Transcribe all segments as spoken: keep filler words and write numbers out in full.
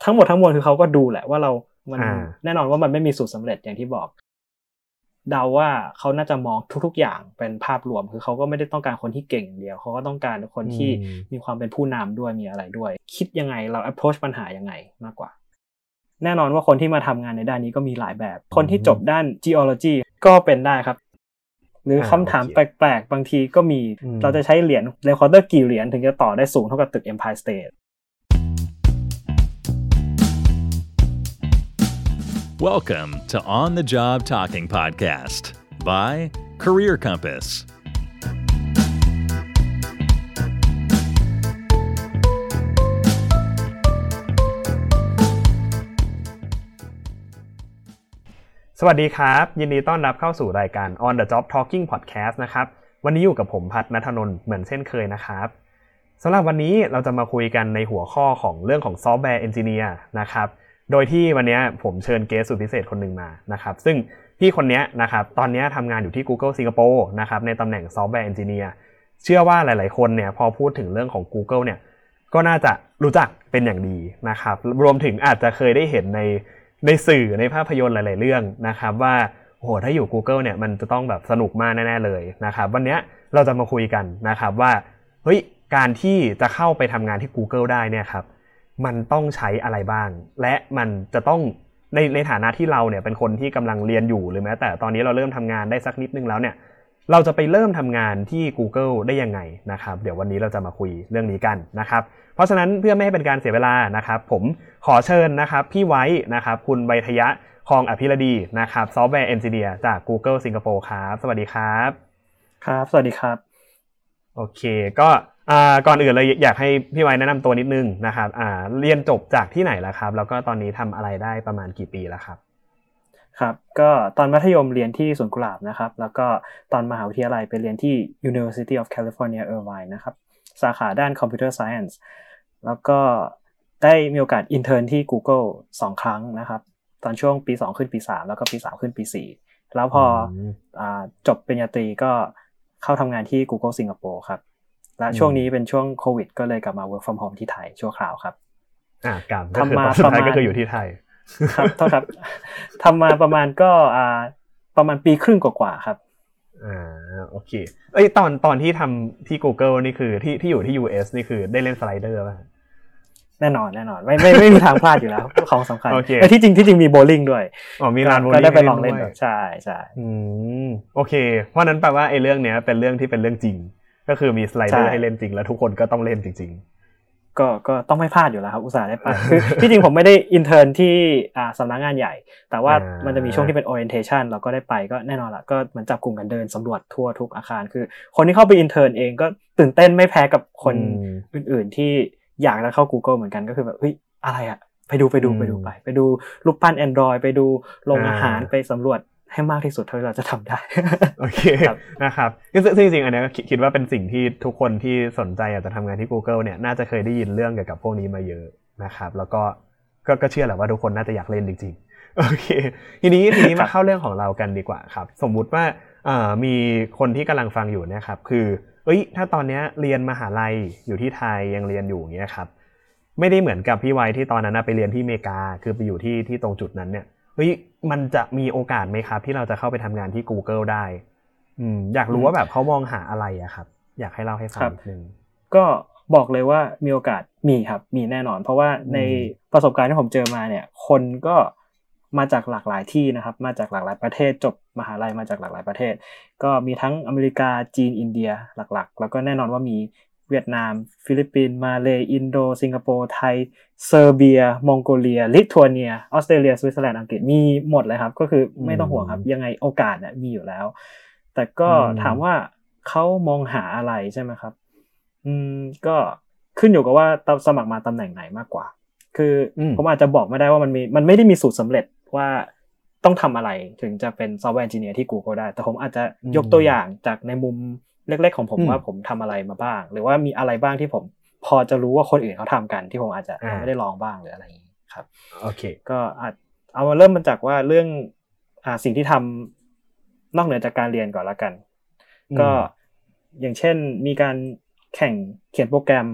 ทั้งหมดทั้งมวลคือเขาก็ดูแหละว่าเรามันแน่นอนว่ามันไม่มีสูตรสำเร็จอย่างที่บอกเดาว่าเขาน่าจะมองทุกๆอย่างเป็นภาพรวมคือเขาก็ไม่ได้ต้องการคนที่เก่งเดียวเขาก็ต้องการคนที่มีความเป็นผู้นำด้วยมีอะไรด้วยคิดยังไงเรา approach ปัญหายังไงมากกว่าแน่นอนว่าคนที่มาทำงานในด้านนี้ก็มีหลายแบบคนที่จบด้าน geology ก็เป็นได้ครับหรือคำถามแปลกๆบางทีก็มีเราจะใช้เหรียญ recorder กี่เหรียญถึงจะต่อได้สูงเท่ากับตึก Empire State Welcome to On the Job Talking Podcast by Career Compass. สวัสดีครับยินดีต้อนรับเข้าสู่รายการ On the Job Talking Podcast นะครับวันนี้อยู่กับผมพัฒณัฐนนท์เหมือนเช่นเคยนะครับสำหรับวันนี้เราจะมาคุยกันในหัวข้อของเรื่องของ Software Engineer นะครับโดยที่วันนี้ผมเชิญเกสต์สุดพิเศษคนหนึ่งมานะครับซึ่งพี่คนนี้นะครับตอนนี้ทำงานอยู่ที่ Google สิงคโปร์นะครับในตำแหน่ง Software Engineer เชื่อว่าหลายๆคนเนี่ยพอพูดถึงเรื่องของ Google เนี่ยก็น่าจะรู้จักเป็นอย่างดีนะครับรวมถึงอาจจะเคยได้เห็นในในสื่อในภาพยนตร์หลายๆเรื่องนะครับว่าโอ้โหถ้าอยู่ Google เนี่ยมันจะต้องแบบสนุกมากแน่ๆเลยนะครับวันนี้เราจะมาคุยกันนะครับว่าเฮ้ยการที่จะเข้าไปทำงานที่ Google ได้เนี่ยครับมันต้องใช้อะไรบ้างและมันจะต้องในในฐานะที่เราเนี่ยเป็นคนที่กำลังเรียนอยู่หรือแม้แต่ตอนนี้เราเริ่มทำงานได้สักนิดนึงแล้วเนี่ยเราจะไปเริ่มทำงานที่ Google ได้ยังไงนะครับเดี๋ยววันนี้เราจะมาคุยเรื่องนี้กันนะครับเพราะฉะนั้นเพื่อไม่ให้เป็นการเสียเวลานะครับผมขอเชิญนะครับพี่ไว้นะครับคุณไวทยะคองอภิรดีนะครับ Software Engineer จาก Google สิงคโปร์ครับสวัสดีครับครับสวัสดีครับโอเคก็อ่าก่อนอื่นเลยอยากให้พี่ไว้แนะนำตัวนิดนึงนะครับอ่าเรียนจบจากที่ไหนแล้วครับแล้วก็ตอนนี้ทำอะไรได้ประมาณกี่ปีแล้วครับครับก็ตอนมัธยมเรียนที่สวนกุหลาบนะครับแล้วก็ตอนมหาวิทยาลัยไปเรียนที่ University of California Irvine นะครับสาขาด้าน Computer Science แล้วก็ได้มีโอกาสอินเทิร์นที่ Google สองครั้งนะครับตอนช่วงปีสองขึ้นปีสามแล้วก็ปีสามขึ้นปีสี่แล้วพออ่าจบปริญญาตรีก็เข้าทำงานที่ Google สิงคโปร์ครับและช่วงนี้เป็นช่วงโควิดก็เลยกลับมา work from home ที่ไทยชั่วคราวครับอ่ากลับทำมาประมาณก็คืออยู่ที่ไทยครับโทษครับทำมาประมาณก็อ่าประมาณปีครึ่งกว่าๆครับอ่าโอเคเอ้ยตอนตอนที่ทำที่ Google นี่คือที่ที่อยู่ที่ ยู เอส นี่คือได้เล่นสไลเดอร์ป่ะแน่นอนแน่นอนไม่ไม่ไม่มีทางพลาดอยู่แล้วของสำคัญแต่ที่จริงที่จริงมีโบว์ลิ่งด้วยอ๋อมีลานโบว์ลิ่งก็ได้ไปลองเล่นใช่ใช่อืมโอเคเพราะนั้นแปลว่าไอ้เรื่องเนี้ยเป็นเรื่องที่เป็นเรื่องจริงก็คือมีสไลเดอร์ให้เล่นจริงแล้วทุกคนก็ต้องเล่นจริงๆก็ก็ต้องไม่พลาดอยู่แล้วครับอุตส่าห์ได้ไปคือที่จริงผมไม่ได้อินเทิร์นที่อ่าสำนักงานใหญ่แต่ว่ามันจะมีช่วงที่เป็น orientation เราก็ได้ไปก็แน่นอนละก็เหมือนจับกลุ่มกันเดินสำรวจทั่วทุกอาคารคือคนที่เข้าไปอินเทิร์นเองก็ตื่นเต้นไม่แพ้กับคนอื่นๆที่อยากจะเข้า Google เหมือนกันก็คือแบบเฮ้ยอะไรอะไปดูไปดูไปดูไปไปดูรูปปั้น Android ไปดูโรงอาหารไปสำรวจให้มากที่สุดเท่าที่เราจะทำได้โอเคนะครับซึ่งจริงๆอันนี้ก็คิดว่าเป็นสิ่งที่ทุกคนที่สนใจอยากจะทำงานที่ Google เนี่ยน่าจะเคยได้ยินเรื่องเกี่ยวกับพวกนี้มาเยอะนะครับแล้วก็ก็เชื่อแหละว่าทุกคนน่าจะอยากเล่นจริงๆโอเคทีนี้ทีนี้มาเข้าเรื่องของเรากันดีกว่าครับสมมุติว่าเอ่อมีคนที่กำลังฟังอยู่นะครับคือเอ้ยถ้าตอนนี้เรียนมหาลัยอยู่ที่ไทยยังเรียนอยู่อย่างเงี้ยครับไม่ได้เหมือนกับพี่ไวที่ตอนนั้นไปเรียนที่อเมริกาคือไปอยู่ที่ที่ตรงจุดนั้นเนี่ยเฮ้ยมันจะมีโอกาสไหมครับที่เราจะเข้าไปทำงานที่ Google ได้อืมอยากรู้ว่าแบบเขามองหาอะไรอะครับอยากให้เล่าให้ฟังนิดนึงก็บอกเลยว่ามีโอกาสมีครับมีแน่นอนเพราะว่าในประสบการณ์ที่ผมเจอมาเนี่ยคนก็มาจากหลากหลายที่นะครับมาจากหลากหลายประเทศจบมหาลัยมาจากหลากหลายประเทศก็มีทั้งอเมริกาจีนอินเดียหลักๆแล้วก็แน่นอนว่ามีเวียดนามฟิลิปปินส์มาเลย์อินโดสิงคโปร์ไทยเซอร์เบียมองโกเลียลิทัวเนียออสเตรเลียสวิตเซอร์แลนด์อังกฤษมีหมดเลยครับก็คือไม่ต้องห่วงครับยังไงโอกาสเนี่ยมีอยู่แล้วแต่ก็ถามว่าเขามองหาอะไรใช่ไหมครับอืมก็ขึ้นอยู่กับว่าสมัครมาตำแหน่งไหนมากกว่าคือผมอาจจะบอกไม่ได้ว่ามันมีมันไม่ได้มีสูตรสำเร็จว่าต้องทำอะไรถึงจะเป็นซอฟต์แวร์เอนจิเนียร์ที่ Google ได้แต่ผมอาจจะยกตัวอย่างจากในมุมเล็กๆของผมว่าผมทำอะไรมาบ้างหรือว่ามีอะไรบ้างที่ผมพอจะรู้ว่าคนอื่นเขาทำกันที่ผมอาจจะไม่ได้ลองบ้างหรืออะไรอย่างนี้ครับโอเคก็อาจเอามาเริ่มมาจากว่าเรื่องอ่าสิ่งที่ทำนอกเหนือจากการเรียนก่อนละกันก็อย่างเช่นมีการแข่งเขียนโปรแกรม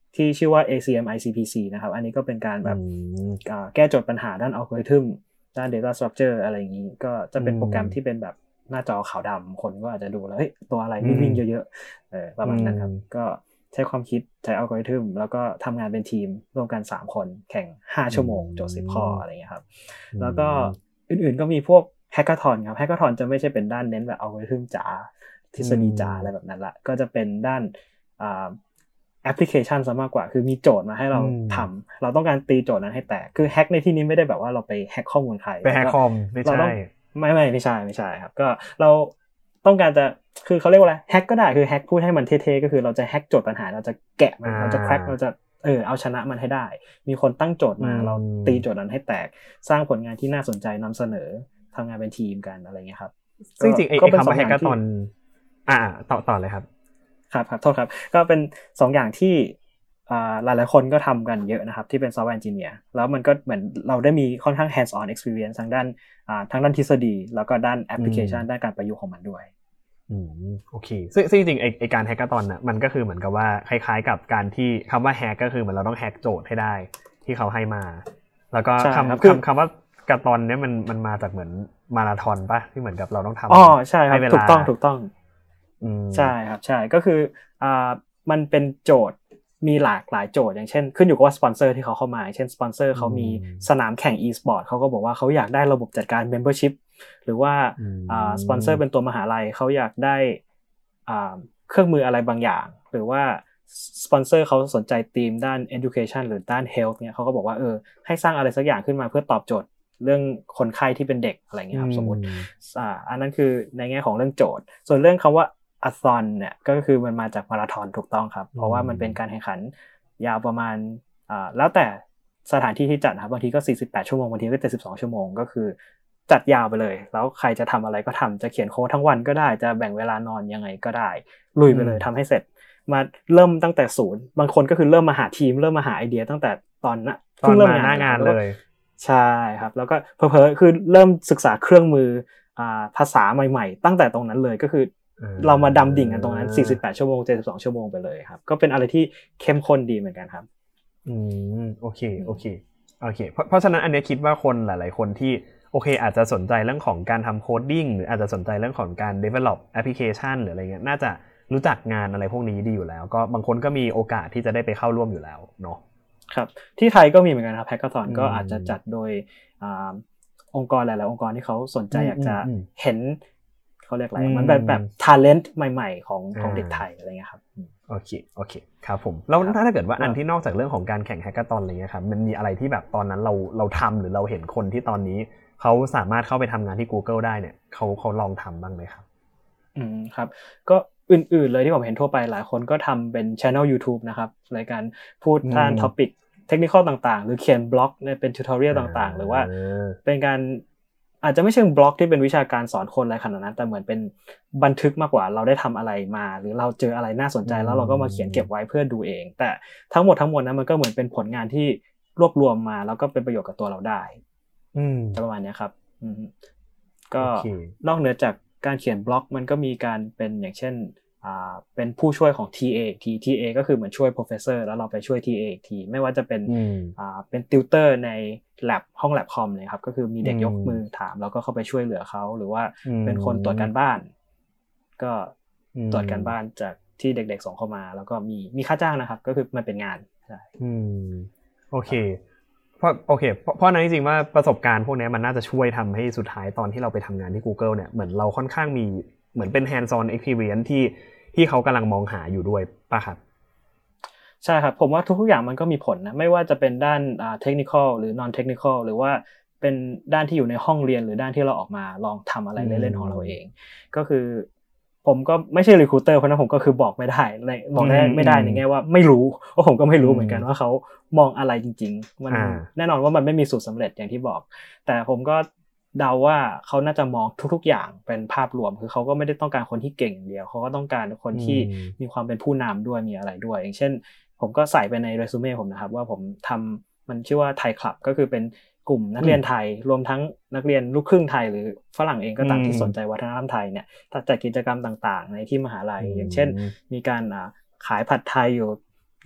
ที่ชื่อว่า เอ ซี เอ็ม ไอ ซี พี ซี นะครับอันนี้ก็เป็นการแบบแก้โจทย์ปัญหาด้านอัลกอริทึมด้าน data structure อะไรอย่างนี้ก็จะเป็นโปรแกรมที่เป็นแบบหน้าจอขาวดำคนก็อาจจะดูแล้วเฮ้ยตัวอะไรวิ่งๆเยอะๆเออประมาณนั้นครับก็ใช้ความคิดใช้อัลกอริทึมแล้วก็ทำงานเป็นทีมร่วมกันสามคนแข่งห้าชั่วโมงโจทย์สิบข้ออะไรอย่างเงี้ยครับแล้วก็อื่นๆก็มีพวกแฮกเกอร์ทอนครับแฮกเกอร์ทอนจะไม่ใช่เป็นด้านเน้นแบบอัลกอริทึมจ๋าทฤษฎีจ๋าอะไรแบบนั้นละก็จะเป็นด้านอ่าแอปพลิเคชันซะมากกว่าคือมีโจทย์มาให้เราทำเราต้องการตีโจทย์นั้นให้แตกคือแฮกในที่นี้ไม่ได้แบบว่าเราไปแฮกข้อมูลใครไปแฮกคอมไม่ใช่ไม่ไม่ไม่ใช่ไม่ใช่ครับก็เราต้องการจะคือเขาเรียกว่าอะไรแฮกก็ได้คือแฮกพูดให้มันเท่ๆก็คือเราจะแฮกโจทย์ปัญหาเราจะแกะมันเราจะแคร็กเราจะเออเอาชนะมันให้ได้มีคนตั้งโจทย์มาเราตีโจทย์นั้นให้แตกสร้างผลงานที่น่าสนใจนำเสนอทำงานเป็นทีมกันอะไรเงี้ยครับซึ่งจริงไอ้คำว่าแฮกเกอร์ตอนอ่าต่อต่อเลยครับครับครับโทษครับก็เป็นสองอย่างที่หลายๆคนก็ทำกันเยอะนะครับที่เป็นซอฟต์แวร์เอนจิเนียร์แล้วมันก็เหมือนเราได้มีค่อนข้าง hands on experience ทางด้านทั้งด้านทฤษฎีแล้วก็ด้านแอปพลิเคชันด้านการประยุกต์ของมันด้วยอืมโอเคซึ่งซึ่งจริงๆไอ้ไอ้การแฮกเกอร์ตอนน่ะมันก็คือเหมือนกับว่าคล้ายๆกับการที่คำว่าแฮกก็คือเหมือนเราต้องแฮกโจทย์ให้ได้ที่เขาให้มาแล้วก็คำคำคำว่ากาตอนเนี้ยมันมันมาจากเหมือนมาราธอนป่ะที่เหมือนกับเราต้องทำอ๋อใช่ครับถูกต้องถูกต้องใช่ครับใช่ก็คืออ่ามันเป็นโจทย์มีหลากหลายโจทย์อย่างเช่นขึ้นอยู่กับว่าสปอนเซอร์ที่เขาเข้ามาเช่นสปอนเซอร์เขามีสนามแข่ง e-sport เขาก็บอกว่าเขาอยากได้ระบบจัดการ membership หรือว่าอ่าสปอนเซอร์เป็นตัวมหาลัยเขาอยากได้อ่าเครื่องมืออะไรบางอย่างหรือว่าสปอนเซอร์เขาสนใจธีมด้าน education หรือด้าน health เนี่ยเขาก็บอกว่าเออให้สร้างอะไรสักอย่างขึ้นมาเพื่อตอบโจทย์เรื่องคนไข้ที่เป็นเด็กอะไรเงี้ยครับสมมุติอ่าอันนั้นคือในแง่ของเรื่องโจทย์ส่วนเรื่องคำว่าอะธอนเนี่ยก็คือมันมาจากมาราธอนถูกต้องครับเพราะว่ามันเป็นการแข่งขันยาวประมาณอ่าแล้วแต่สถานที่ที่จัดนะครับบางทีก็สี่สิบแปดชั่วโมงบางทีก็เจ็ดสิบสองชั่วโมงก็คือจัดยาวไปเลยแล้วใครจะทำอะไรก็ทำจะเขียนโค้ดทั้งวันก็ได้จะแบ่งเวลานอนยังไงก็ได้ลุยไปเลยทำให้เสร็จมาเริ่มตั้งแต่ศูนย์บางคนก็คือเริ่มมาหาทีมเริ่มมาหาไอเดียตั้งแต่ตอนนะเพิ่งเริ่มหน้างานเลยใช่ครับแล้วก็เผลอๆคือเริ่มศึกษาเครื่องมืออ่าภาษาใหม่ๆตั้งแต่ตรงนั้นเลยก็คือเรามาดำดิ่งกันตรงนั้นสี่สิบแปดชั่วโมงเจ็ดสิบสองชั่วโมงไปเลยครับก็เป็นอะไรที่เข้มข้นดีเหมือนกันครับอืมโอเคโอเคโอเคเพราะเพราะฉะนั้นอันนี้คิดว่าคนหลายๆคนที่โอเคอาจจะสนใจเรื่องของการทำโคดดิ้งหรืออาจจะสนใจเรื่องของการ develop application หรืออะไรเงี้ยน่าจะรู้จักงานอะไรพวกนี้ดีอยู่แล้วก็บางคนก็มีโอกาสที่จะได้ไปเข้าร่วมอยู่แล้วเนาะครับที่ไทยก็มีเหมือนกันครับแฮกเกอร์ธอนก็อาจจะจัดโดยอ่าองค์กรหลายๆองค์กรที่เขาสนใจอยากจะเห็นเขาเรียกอะไรมันแบบแบบ talent ใหม่ๆของของเด็กไทยอะไรเงี้ยครับโอเคโอเคครับผมแล้วถ้าเกิดว่าอันที่นอกจากเรื่องของการแข่งแฮกเกอร์ธอนอะไรเงี้ยครับมันมีอะไรที่แบบตอนนั้นเราเราทำหรือเราเห็นคนที่ตอนนี้เขาสามารถเข้าไปทำงานที่ Google ได้เนี่ยเขาเขาลองทำบ้างไหมครับอืมครับก็อื่นๆเลยที่ผมเห็นทั่วไปหลายคนก็ทำเป็น channel YouTube นะครับรายการพูดด้าน topic เทคนิคต่างๆหรือเขียนบล็อกเนี่ยเป็น tutorial ต่างๆหรือว่าเป็นการอาจจะไม่ใช่บล็อกที่เป็นวิชาการสอนคนอะไรขนาดนั้นแต่เหมือนเป็นบันทึกมากกว่าเราได้ทำอะไรมาหรือเราเจออะไรน่าสนใจแล้วเราก็มาเขียนเก็บไว้เพื่อดูเองแต่ทั้งหมดทั้งมวลนั้นมันก็เหมือนเป็นผลงานที่รวบรวมมาแล้วก็เป็นประโยชน์กับตัวเราได้อืมประมาณนี้ครับอืมก็นอกเหนือจากการเขียนบล็อกมันก็มีการเป็นอย่างเช่นอ่าเป็นผู้ช่วยของ ที เอ ที ที เอ ก็คือเหมือนช่วย professor แล้วเราไปช่วย ที เอ อีกทีไม่ว่าจะเป็นอ่าเป็น tutor ใน lab ห้อง lab คอมเลยครับก็คือมีเด็กยกมือถามแล้วก็เข้าไปช่วยเหลือเขาหรือว่าเป็นคนตรวจการบ้านก็ตรวจการบ้านจากที่เด็กๆส่งเข้ามาแล้วก็มีมีค่าจ้างนะครับก็คือมันเป็นงานใช่อืมโอเคเพราะโอเคเพราะนั้นจริงๆว่าประสบการณ์พวกนี้มันน่าจะช่วยทำให้สุดท้ายตอนที่เราไปทำงานที่ Google เนี่ยเหมือนเราค่อนข้างมีเหมือนเป็น hands on experience ที่ที่เขากำลังมองหาอยู่ด้วยป่ะครับใช่ครับผมว่าทุกๆอย่างมันก็มีผลนะไม่ว่าจะเป็นด้านอ่า technical หรือ non technical หรือว่าเป็นด้านที่อยู่ในห้องเรียนหรือด้านที่เราออกมาลองทำอะไรเล่นๆของเราเองก็คือผมก็ไม่ใช่ recruiter เพราะนั้นผมก็คือบอกไม่ได้บอกได้ไม่ได้ในแง่ว่าไม่รู้เพราะผมก็ไม่รู้เหมือนกันว่าเขามองอะไรจริงๆมันแน่นอนว่ามันไม่มีสูตรสำเร็จอย่างที่บอกแต่ผมก็เดาว่าเขาน่าจะมองทุกๆอย่างเป็นภาพรวมคือเขาก็ไม่ได้ต้องการคนที่เก่งอย่างเดียวเขาก็ต้องการคนที่มีความเป็นผู้นำด้วยมีอะไรด้วยอย่างเช่นผมก็ใส่ไปในเรซูเม่ผมนะครับว่าผมทำมันชื่อว่าไทยคลับก็คือเป็นกลุ่มนักเรียนไทยรวมทั้งนักเรียนลูกครึ่งไทยหรือฝรั่งเองก็ตามที่สนใจวัฒนธรรมไทยเนี่ยจัดกิจกรรมต่างๆในที่มหาลัยอย่างเช่นมีการขายผัดไทยอยู่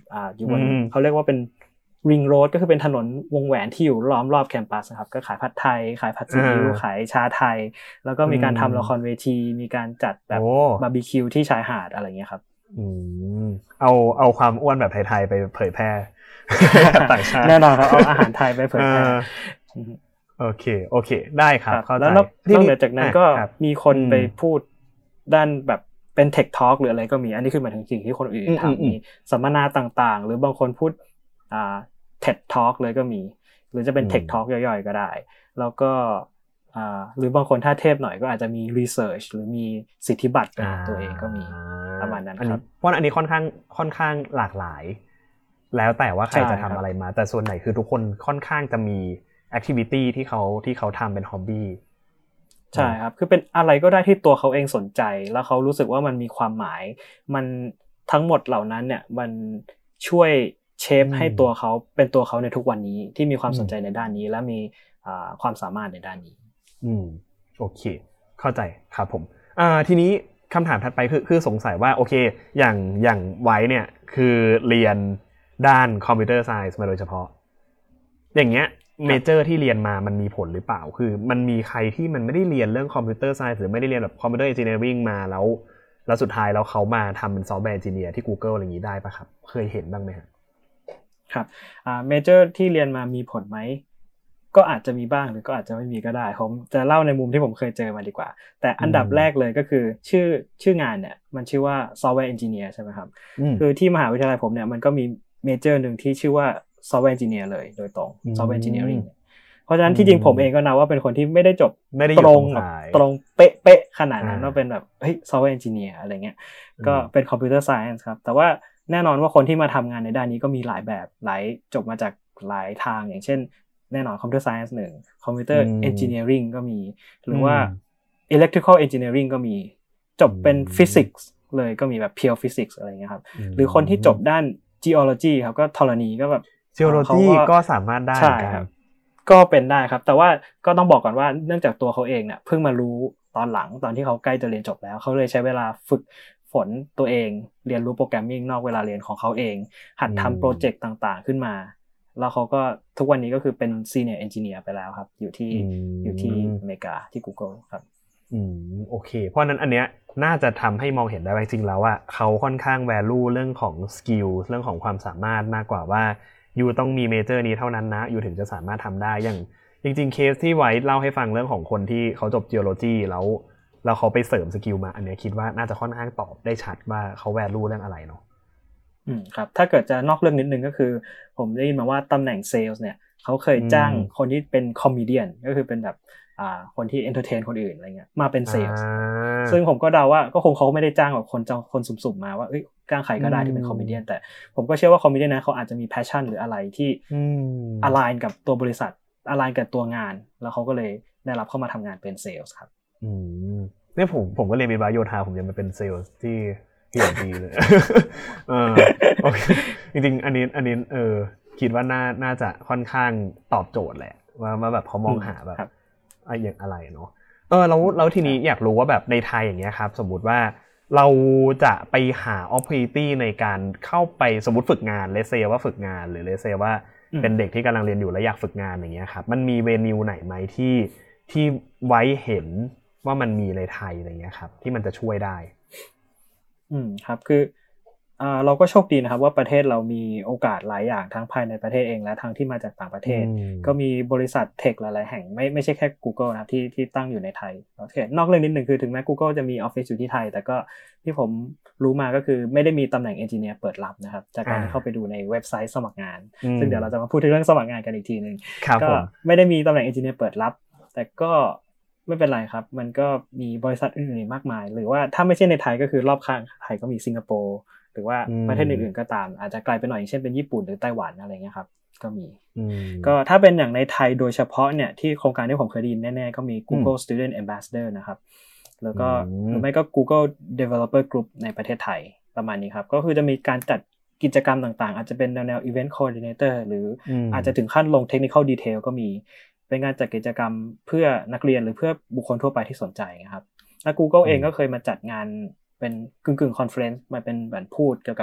อ่าอยู่บนเขาเรียกว่าเป็นริงโรดก็คือเป็นถนนวงแหวนที่อยู่ล้อมรอบแคมปัสนะครับก็ขายผัดไทยขายผัดซีอิ๊วขายชาไทยแล้วก็มีการทำละครเวทีมีการจัดแบบบาร์บีคิวที่ชายหาดอะไรเงี้ยครับอืมเอาเอาความอ้วนแบบไทยๆไปเผยแพร่ต่างชาติแน่นอนครับเอาอาหารไทยไปเผยแพร่โอเคโอเคได้ครับเข้าใจแล้วนอกเหนือจากนั้นก็มีคนไปพูดด้านแบบเป็นเทคทอล์กหรืออะไรก็มีอันนี้คือหมายถึงสิ่งที่คนอื่นทำมีสัมมนาต่างๆหรือบางคนพูดอ่า ที อี ดี Talk เลยก็มีหรือจะเป็น Tech Talk ย่อยๆก็ได้แล้วก็อ่าหรือบางคนถ้าเทพหน่อยก็อาจจะมี research หรือมีสิทธิบัตรเป็นตัวเองก็มีประมาณนั้นครับเพราะอันนี้ค่อนข้างค่อนข้างหลากหลายแล้วแต่ว่าใครจะทำอะไรมาแต่ส่วนไหนคือทุกคนค่อนข้างจะมี activity ที่เขาที่เขาทำเป็น hobby ใช่ครับคือเป็นอะไรก็ได้ที่ตัวเขาเองสนใจแล้วเขารู้สึกว่ามันมีความหมายมันทั้งหมดเหล่านั้นเนี่ยมันช่วยเชฟให้ตัวเขาเป็นตัวเขาในทุกวันนี้ที่มีความสนใจในด้านนี้และมีความสามารถในด้านนี้อืมโอเคเข้าใจครับผมอ่าทีนี้คำถามถัดไปคือคือสงสัยว่าโอเคอย่างอย่างไว้เนี่ยคือเรียนด้านคอมพิวเตอร์ไซน์มาโดยเฉพาะอย่างเงี้ยเมเจอร์ที่เรียนมามันมีผลหรือเปล่าคือมันมีใครที่มันไม่ได้เรียนเรื่องคอมพิวเตอร์ไซน์หรือไม่ได้เรียนแบบคอมพิวเตอร์เอนจิเนียริ่งมาแล้วแล้วสุดท้ายแล้วเขามาทำเป็นซอฟต์แวร์เอนจิเนียร์ที่ Google อะไรอย่างงี้ได้ป่ะครับเคยเห็นบ้างไหมครับครับอ่าเมเจอร์ที่เรียนมามีผลไหมก็อาจจะมีบ้างหรือก็อาจจะไม่มีก็ได้ผมจะเล่าในมุมที่ผมเคยเจอมาดีกว่าแต่อันดับแรกเลยก็คือชื่อชื่องานเนี่ยมันชื่อว่าซอฟต์แวร์เอนจิเนียร์ใช่ไหมครับคือที่มหาวิทยาลัยผมเนี่ยมันก็มีเมเจอร์นึงที่ชื่อว่าซอฟต์แวร์เอนจิเนียร์เลยโดยตรงซอฟต์แวร์เอนจิเนียริ่งเพราะฉะนั้นที่จริงผมเองก็นับว่าเป็นคนที่ไม่ได้จบตรงตรงเป๊ะๆขนาดนั้นว่าเป็นแบบเฮ้ยซอฟต์แวร์เอนจิเนียร์อะไรเงี้ยก็เป็นคอมพิวเตอร์ไซเอนส์ครับแต่ว่าแน่นอนว่าคนที่มาทำงานในด้านนี้ก็มีหลายแบบหลายจบมาจากหลายทางอย่างเช่นแน่นอนคอมพิวเตอร์ไซเอนส์หนึ่งคอมพิวเตอร์เอนจิเนียริงก็มีหรือว่าอิเล็กทริคอลเอนจิเนียริงก็มีจบเป็นฟิสิกส์เลยก็มีแบบเพียวฟิสิกส์อะไรเงี้ยครับหรือคนที่จบด้าน geology ครับก็ธรณีก็แบบ geology ก็สามารถได้ใช่ครับก็เป็นได้ครับแต่ว่าก็ต้องบอกก่อนว่าเนื่องจากตัวเขาเองเนี่ยเพิ่งมารู้ตอนหลังตอนที่เขาใกล้จะเรียนจบแล้วเขาเลยใช้เวลาฝึกฝนตัวเองเรียนรู้โปรแกรมมิ่งนอกเวลาเรียนของเขาเองหัดทำโปรเจกต์ต่างๆขึ้นมาแล้วเขาก็ทุกวันนี้ก็คือเป็น Senior Engineer ไปแล้วครับอยู่ที่อยู่ที่อเมริกาที่ Google ครับอืมโอเคเพราะนั้นอันเนี้ยน่าจะทำให้มองเห็นได้ว่าจริงๆแล้วอ่ะเขาค่อนข้าง value เรื่องของสกิลเรื่องของความสามารถมากกว่าว่ายูต้องมีเมเจอร์นี้เท่านั้นนะยูถึงจะสามารถทำได้อย่างจริงๆเคสที่ไว้เล่าให้ฟังเรื่องของคนที่เขาจบ geology แล้วแล้วเขาไปเสริมสกิลมาอันนี้คิดว่าน่าจะค่อนข้างตอบได้ชัดว่าเขาแวลูเรื่องอะไรเนาะอืมครับถ้าเกิดจะนอกเรื่องนิดนึงก็คือผมได้ยินมาว่าตำแหน่งเซลส์เนี่ยเขาเคยจ้างคนที่เป็นคอมเมเดียนก็คือเป็นแบบอ่าคนที่เอนเตอร์เทนคนอื่นอะไรเงี้ยมาเป็นเซลส์ซึ่งผมก็เดาว่าก็คงเขาไม่ได้จ้างแบบคนจ้างคนสุ่มๆมาว่าเอ้ยจ้างใครก็ได้ที่เป็นคอมเมเดียนแต่ผมก็เชื่อว่าคอมเมเดียนนะเขาอาจจะมีแพชชั่นหรืออะไรที่อไลน์กับตัวบริษัทอไลน์กับตัวงานแล้วเขาก็เลยได้รับเข้ามาทำงานเป็นเซลส์ครับอืมเนี่ยผมผมก็เรียนวิศวะโยธาผมยังมาเป็นเซลล์ที่ที่ดีเลยเออโอเคจริงๆอันนี้อันนี้เออคิดว่าน่าน่าจะค่อนข้างตอบโจทย์แหละว่าว่าแบบเขามองหาแบบอะไรอย่างอะไรเนาะเออแล้วแล้วทีนี้อยากรู้ว่าแบบในไทยอย่างเงี้ยครับสมมุติว่าเราจะไปหา opportunity ในการเข้าไปสมมุติฝึกงานเลเซว่าฝึกงานหรือเลเซว่าเป็นเด็กที่กำลังเรียนอยู่และอยากฝึกงานอย่างเงี้ยครับมันมีเวนิวไหนไหมที่ที่ไว้เห็นว่ามันมีในไทยอะไรเงี้ยครับที่มันจะช่วยได้อืมครับคืออ่าเราก็โชคดีนะครับว่าประเทศเรามีโอกาสหลายอย่างทั้งภายในประเทศเองและทั้งที่มาจากต่างประเทศก็มีบริษัทเทคหลายๆแห่งไม่ไม่ใช่แค่ Google นะครับที่ที่ตั้งอยู่ในไทยโอเคนอกเรื่องนิดนึงคือถึงแม้ Google จะมีออฟฟิศอยู่ที่ไทยแต่ก็ที่ผมรู้มาก็คือไม่ได้มีตำแหน่งเอนจิเนียร์เปิดรับนะครับจากการเข้าไปดูในเว็บไซต์สมัครงานซึ่งเดี๋ยวเราจะมาพูดถึงเรื่องสมัครงานกันอีกทีนึงก็ไม่ได้มีตำแหน่งเอนจิเนียร์เปิดรับแต่ก็ไม่เป็นไรครับมันก็มีบริษัทอื่นๆมากมายหรือว่าถ้าไม่ใช่ในไทยก็คือรอบข้างไทยก็มีสิงคโปร์หรือว่าประเทศอื่นๆก็ตามอาจจะไกลไปหน่อยอย่างเช่นเป็นญี่ปุ่นหรือไต้หวันอะไรเงี้ยครับก็มีก็ถ้าเป็นอย่างในไทยโดยเฉพาะเนี่ยที่โครงการที่ผมเคยได้ยินแน่ๆก็มี Google Student Ambassador นะครับแล้วก็หรือไม่ก็ Google Developer Group ในประเทศไทยประมาณนี้ครับก็คือจะมีการจัดกิจกรรมต่างๆอาจจะเป็นแนวๆ Event Coordinator หรืออาจจะถึงขั้นลง Technical Detail ก็มีเป็นงานจัดกิจกรรมเพื่อนักเรียนหรือเพื่อบุคคลทั่วไปที่สนใจนะครับและ Google เองก็เคยมาจัดงานเป็นกึ่งๆคอนเฟอเรนซ์มาเป็นแบบพูดเกี่ยวกับ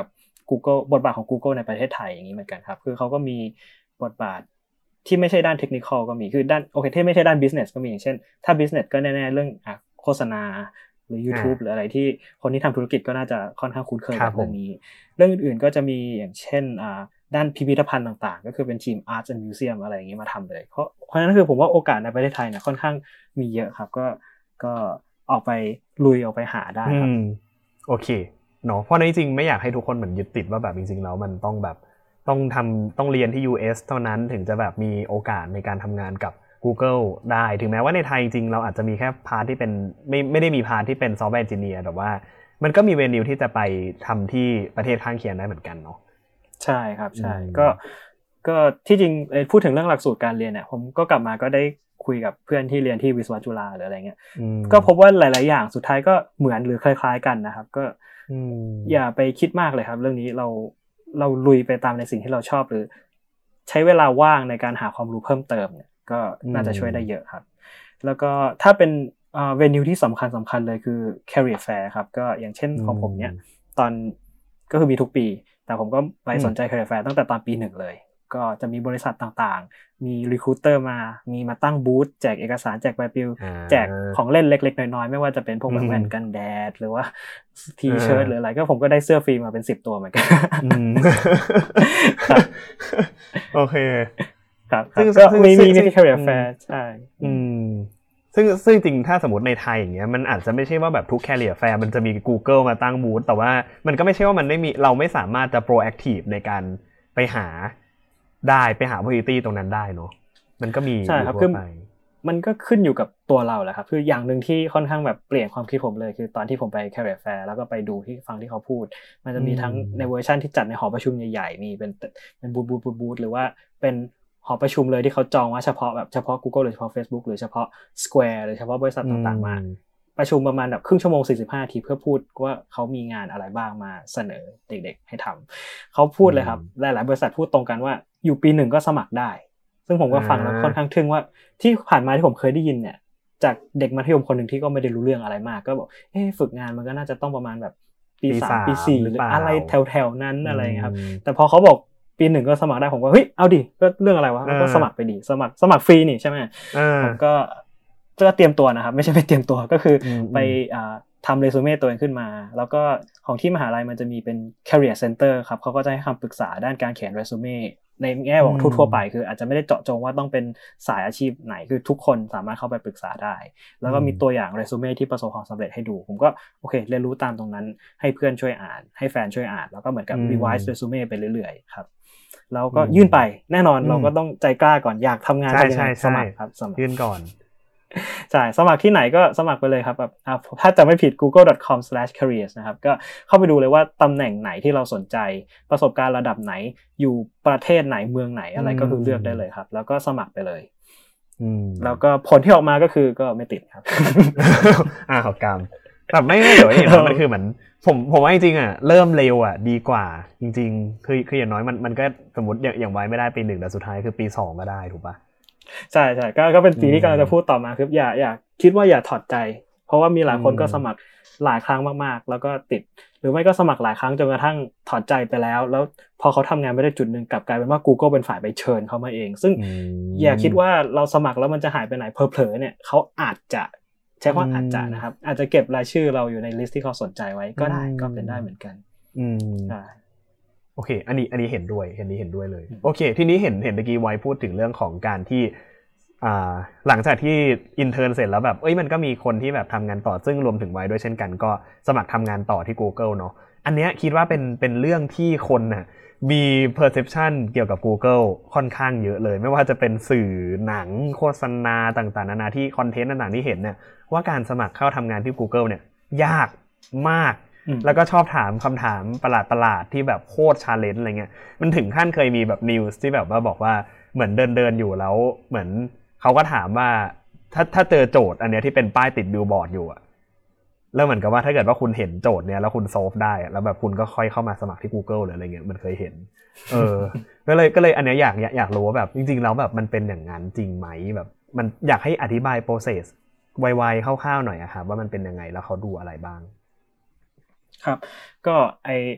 Google บทบาทของ Google ในประเทศไทยอย่างนี้เหมือนกันครับคือเขาก็มีบทบาทที่ไม่ใช่ด้านเทคนิคอลก็มีคือด้านโอเคที่ไม่ใช่ด้าน business ก็มีอย่างเช่นถ้า business ก็แน่ๆเรื่องอ่ะโฆษณาหรือ YouTube หรืออะไรที่คนที่ทำธุรกิจก็น่าจะค่อนข้างคุ้นเคยกับเรื่องนี้เรื่องอื่นๆก็จะมีอย่างเช่นอ่าด้านพิพิธภัณฑ์ต่างๆก็คือเป็นทีม Arts and Museum อะไรอย่างนี้มาทำเลยเพราะเพราะฉะนั้นคือผมว่าโอกาสในประเทศไทยเนี่ยค่อนข้างมีเยอะครับก็ก็ออกไปลุยออกไปหาได้ครับโอเคเนาะเพราะในจริงไม่อยากให้ทุกคนเหมือนยึดติดว่าแบบจริงๆแล้วมันต้องแบบต้องทำต้องเรียนที่ ยู เอส เท่านั้นถึงจะแบบมีโอกาสในการทำงานกับ Google ได้ถึงแม้ว่าในไทยจริงเราอาจจะมีแค่พาร์ทที่เป็นไม่ไม่ได้มีพาร์ทที่เป็นซอฟต์แวร์เอนจิเนียร์แต่ว่ามันก็มีเวนิวที่จะไปทำที่ประเทศข้างเคียงได้เหมือนกันเนาะใช่ครับใช่ก็ก็ที่จริงพูดถึงเรื่องหลักสูตรการเรียนเนี่ยผมก็กลับมาก็ได้คุยกับเพื่อนที่เรียนที่วิศวะจุฬาหรืออะไรเงี้ยก็พบว่าหลายๆอย่างสุดท้ายก็เหมือนหรือคล้ายๆกันนะครับก็อย่าไปคิดมากเลยครับเรื่องนี้เราเราลุยไปตามในสิ่งที่เราชอบหรือใช้เวลาว่างในการหาความรู้เพิ่มเติมเนี่ยก็น่าจะช่วยได้เยอะครับแล้วก็ถ้าเป็นเอ่อเวนิวที่สำคัญสำคัญเลยคือ career fair ครับก็อย่างเช่นของผมเนี่ยตอนก็คือมีทุกปีแต่ผมก็ไปสนใจ career fair ตั้งแต่ตอนปีหนึ่งเลยก็จะมีบริษัทต่างๆมี recruiter มามีมาตั้งบูธแจกเอกสารแจกใบปลิวแจกของเล่นเล็กๆน้อยๆไม่ว่าจะเป็นพวกแบบแว่นกันแดดหรือว่าทีเชิ้ตหรืออะไรก็ผมก็ได้เสื้อฟรีมาเป็นสิบตัวเหมือนกันโอเคครับซึ่งก็มีมีที่ career fair ใช่อืมซึ่งซึ่งจริงถ้าสมมติในไทยอย่างเงี้ยมันอาจจะไม่ใช่ว่าแบบทุก career fair มันจะมี Google มาตั้งบูธแต่ว่ามันก็ไม่ใช่ว่ามันไม่มีเราไม่สามารถจะ proactive ในการไปหาได้ไปหา opportunity ตรงนั้นได้เนาะมันก็มีใช่ครับคือมันก็ขึ้นอยู่กับตัวเราแหละครับคืออย่างนึงที่ค่อนข้างแบบเปลี่ยนความคิดผมเลยคือตอนที่ผมไป career fair แล้วก็ไปดูที่ฟังที่เขาพูดมันจะมีทั้งในเวอร์ชันที่จัดในหอประชุมใหญ่ๆมีเป็นเป็นบูธบูธบูธหรือว่าเป็นหอประชุมเลยที่เขาจองว่าเฉพาะแบบเฉพาะ Google หรือเฉพาะ Facebook หรือเฉพาะ Square หรือเฉพาะบริษัทต่างๆมาประชุมประมาณแบบครึ่งชั่วโมงสี่สิบห้านาทีเพื่อพูดว่าเขามีงานอะไรบ้างมาเสนอเด็กๆให้ทำเขาพูดเลยครับหลายๆบริษัทพูดตรงกันว่าอยู่ปีหนึ่งก็สมัครได้ซึ่งผมก็ฟังแล้วค่อนข้างทึ่งว่าที่ผ่านมาที่ผมเคยได้ยินเนี่ยจากเด็กมัธยมคนหนึ่งที่ก็ไม่ได้รู้เรื่องอะไรมากก็บอกเอ๊ะฝึกงานมันก็น่าจะต้องประมาณแบบปีสามปีสี่หรืออะไรแถวๆนั้นอะไรครับแต่พอเขาบอกปีหนึ่งก็สมัครได้ผมก็เฮ้ยเอาดิก็เรื่องอะไรวะก็สมัครไปดิสมัครสมัครฟรีนี่ใช่ไหมผมก็ก็เตรียมตัวนะครับไม่ใช่ไปเตรียมตัวก็คือไปอ่าทำเรซูเม่ตัวเองขึ้นมาแล้วก็ของที่มหาลัยมันจะมีเป็น career center ครับเขาก็จะให้คำปรึกษาด้านการเขียนเรซูเม่ในแง่ของทั่วๆไปคืออาจจะไม่ได้เจาะจงว่าต้องเป็นสายอาชีพไหนคือทุกคนสามารถเข้าไปปรึกษาได้แล้วก็มีตัวอย่างเรซูเม่ที่ประสบความสำเร็จให้ดูผมก็โอเคเรียนรู้ตามตรงนั้นให้เพื่อนช่วยอ่านให้แฟนช่วยอ่านแล้วก็เหมือนกับ revise เรซูเม่ไปเรื่อยๆครับแล้วก็ยื่นไปแน่นอนเราก็ต้องใจกล้าก่อนอยากทำงานเป็นยังไงสมัครครับสมัครยื่นก่อนใช่สมัครที่ไหนก็สมัครไปเลยครับแบบถ้าจะไม่ผิด google ดอท คอม สแลช แคเรียร์ส นะครับก็เข้าไปดูเลยว่าตำแหน่งไหนที่เราสนใจประสบการณ์ระดับไหนอยู่ประเทศไหนเมืองไหนอะไรก็คือเลือกได้เลยครับแล้วก็สมัครไปเลยแล้วก็ผลที่ออกมาก็คือก็ไม่ติดครับอ่าขอบกรรมแต่ไม่ไม่เดี๋ยวเห็นมันคือเหมือนผมผมว่าจริงๆอ่ะเริ่มเร็วอ่ะดีกว่าจริงๆคือคืออย่างน้อยมันมันก็สมมติอย่างอย่างไว้ไม่ได้ปีหนึ่งแต่สุดท้ายคือปีสองก็ได้ถูกป่ะใช่ใช่ก็ก็เป็นสิ่งที่กำลังจะพูดต่อมาคืออย่าอย่าคิดว่าอย่าถอดใจเพราะว่ามีหลายคนก็สมัครหลายครั้งมากๆแล้วก็ติดหรือไม่ก็สมัครหลายครั้งจนกระทั่งถอดใจไปแล้วแล้วพอเขาทำงานไม่ได้จุดนึงกลับกลายเป็นว่า Google เป็นฝ่ายไปเชิญเขามาเองซึ่งอย่าคิดว่าเราสมัครแล้วมันจะหายไปไหนเผลอๆเนี่ยเขาอาจจะใช้คำว่าอาจจะนะครับอาจจะเก็บรายชื่อเราอยู่ในลิสต์ที่เขาสนใจไว้ก็ได้ก็เป็นได้เหมือนกันอืมใช่โอเคอันนี้อันนี้เห็นด้วยอันนี้เห็นด้วยเลยโอเคทีนี้เห็นเห็นเมื่อกี้ไว้พูดถึงเรื่องของการที่อ่าหลังจากที่อินเทิร์นเสร็จแล้วแบบเอ้ยมันก็มีคนที่แบบทำงานต่อซึ่งรวมถึงไว้ด้วยเช่นกันก็สมัครทำงานต่อที่ Google เนาะอันเนี้ยคิดว่าเป็นเป็นเรื่องที่คนน่ะมี perception เกี่ยวกับ Google ค่อนข้างเยอะเลยไม่ว่าจะเป็นสื่อหนังโฆษณาต่างๆนานาที่คอนเทนต์ต่างๆที่เห็นเนี่ยว่าการสมัครเข้าทำงานที่ Google เนี่ยยากมากแล้วก็ชอบถามคำถามประหลาดๆที่แบบโคตร challenge อะไรเงี้ยมันถึงขั้นเคยมีแบบ news ที่แบบว่าบอกว่าเหมือนเดินๆอยู่แล้วเหมือนเขาก็ถามว่าถ้าถ้าเจอโจทย์อันเนี้ยที่เป็นป้ายติดบิลบอร์ดอยู่อะแล้วเหมือนกับว่าถ้าเกิดว่าคุณเห็นโจทย์เนี้ยแล้วคุณโซฟได้แล้วแบบคุณก็ค่อยเข้ามาสมัครที่ Google หรืออะไรเงี้ยมันเคยเห็นเออก็เลยก็เลยอันเนี้ยอยากอยากรู้ว่าแบบจริงๆแล้วแบบมันเป็นอย่างนั้นจริงไหมแบบมันอยากให้อธิบาย process ไวๆคร่าวๆหน่อยอะครับว่ามันเป็นยังไงแล้วเขาดูอะไรบ้างครับก็ไอ